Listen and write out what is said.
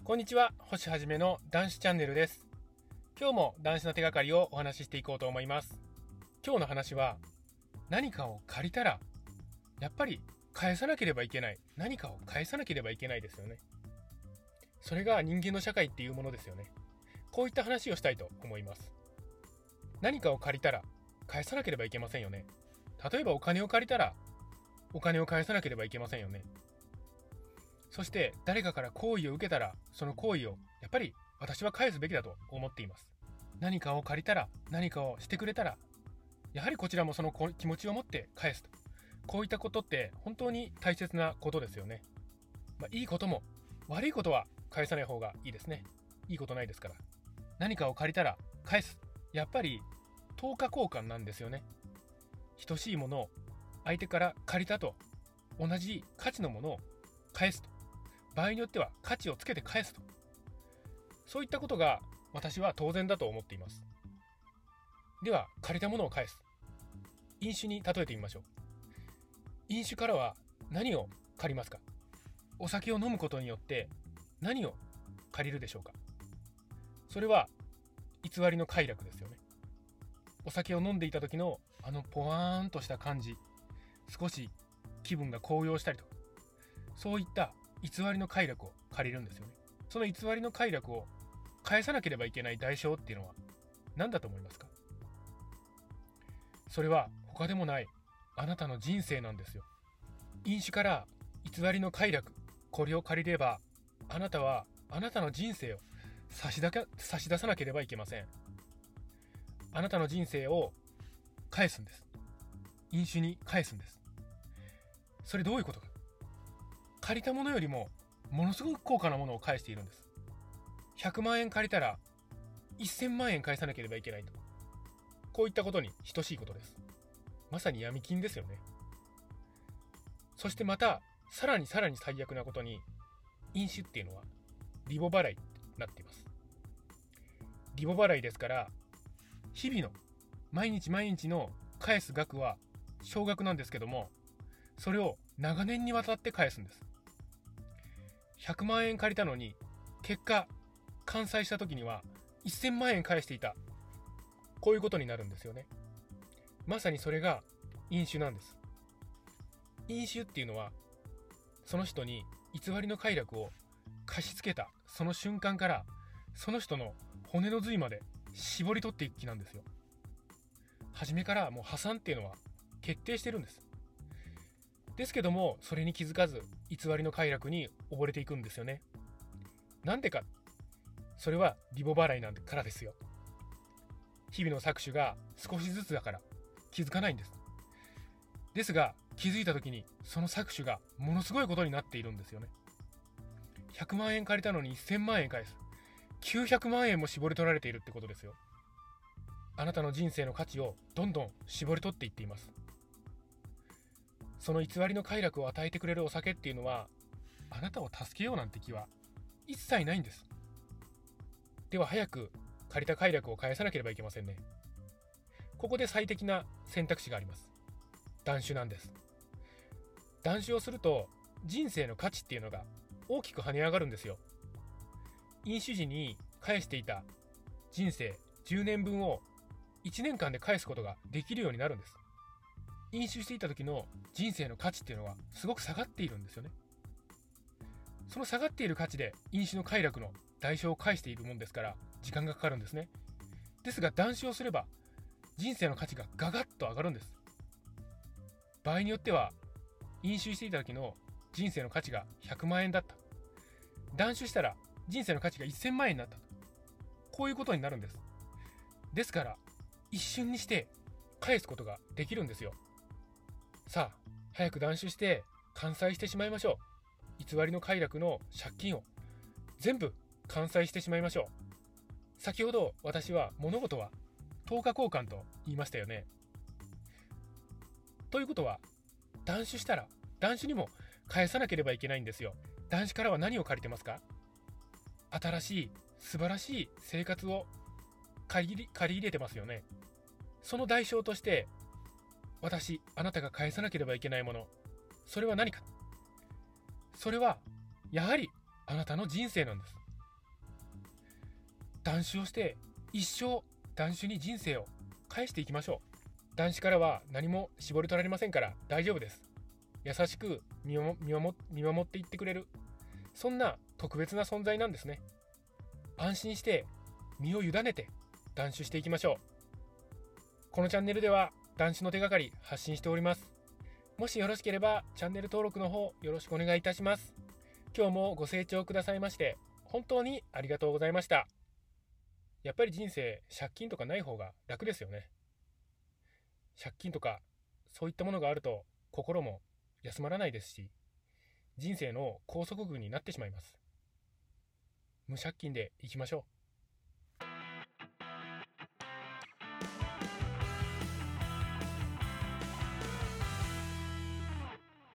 こんにちは、星はじめの男子チャンネルです。今日も男子の手がかりをお話ししていこうと思います。今日の話は、何かを借りたらやっぱり返さなければいけない、何かを返さなければいけないですよね。それが人間の社会っていうものですよね。こういった話をしたいと思います。何かを借りたら返さなければいけませんよね。例えばお金を借りたらお金を返さなければいけませんよね。そして誰かから好意を受けたら、その好意をやっぱり私は返すべきだと思っています。何かを借りたら、何かをしてくれたら、やはりこちらもその気持ちを持って返すと。こういったことって本当に大切なことですよね。いいことも悪いことは返さない方がいいですね。いいことないですから。何かを借りたら返す。やっぱり等価交換なんですよね。等しいものを相手から借りたと同じ価値のものを返すと。場合によっては価値をつけて返すと。そういったことが私は当然だと思っています。では借りたものを返す。飲酒に例えてみましょう。飲酒からは何を借りますか？お酒を飲むことによって何を借りるでしょうか？それは偽りの快楽ですよね。お酒を飲んでいた時のポワーンとした感じ、少し気分が高揚したりとか、そういった偽りの快楽を借りるんですよね。その偽りの快楽を返さなければいけない代償っていうのは何だと思いますか？それは他でもないあなたの人生なんですよ。飲酒から偽りの快楽、これを借りれば、あなたはあなたの人生を差し出さなければいけません。あなたの人生を返すんです。飲酒に返すんです。それどういうことか。借りたものよりもものすごく高価なものを返しているんです。100万円借りたら1000万円返さなければいけないと。こういったことに等しいことです。まさに闇金ですよね。そしてまたさらに最悪なことに、飲酒っていうのはリボ払いになっています。リボ払いですから、日々の毎日の返す額は少額なんですけども、それを長年にわたって返すんです。100万円借りたのに、結果完済した時には1000万円返していた。こういうことになるんですよね。まさにそれが飲酒なんです。飲酒っていうのは、その人に偽りの快楽を貸し付けたその瞬間から、その人の骨の髄まで絞り取っていく気なんですよ。初めからもう破産っていうのは決定してるんです。ですけども、それに気づかず偽りの快楽に溺れていくんですよね。なんでか。それはリボ払いなんでからですよ。日々の搾取が少しずつだから気づかないんです。ですが気づいた時に、その搾取がものすごいことになっているんですよね。100万円借りたのに1000万円返す。900万円も絞り取られているってことですよ。あなたの人生の価値をどんどん絞り取っていっています。その偽りの快楽を与えてくれるお酒っていうのは、あなたを助けようなんて気は一切ないんです。では早く借りた快楽を返さなければいけませんね。ここで最適な選択肢があります。断酒なんです。断酒をすると人生の価値っていうのが大きく跳ね上がるんですよ。飲酒時に返していた人生10年分を1年間で返すことができるようになるんです。飲酒していた時の人生の価値っていうのはすごく下がっているんですよね。その下がっている価値で飲酒の快楽の代償を返しているもんですから、時間がかかるんですね。ですが断酒をすれば人生の価値がガガッと上がるんです。場合によっては、飲酒していた時の人生の価値が100万円だった。断酒したら人生の価値が1000万円になった。こういうことになるんです。ですから一瞬にして返すことができるんですよ。さあ早く断酒して完済してしまいましょう。偽りの快楽の借金を全部完済してしまいましょう。先ほど私は物事は等価交換と言いましたよね。ということは、断酒したら断酒にも返さなければいけないんですよ。断酒からは何を借りてますか？新しい素晴らしい生活を借り入れてますよね。その代償としてあなたが返さなければいけないもの、それは何か。それはやはりあなたの人生なんです。 断酒をして一生断酒に人生を返していきましょう。断酒からは何も絞り取られませんから大丈夫です。優しく見守っていってくれる、そんな特別な存在なんですね。安心して身を委ねて断酒していきましょう。このチャンネルでは断酒の手がかり発信しております。もしよろしければチャンネル登録の方よろしくお願いいたします。今日もご清聴くださいまして本当にありがとうございました。やっぱり人生、借金とかない方が楽ですよね。借金とかそういったものがあると心も休まらないですし、人生の拘束具になってしまいます。無借金でいきましょう。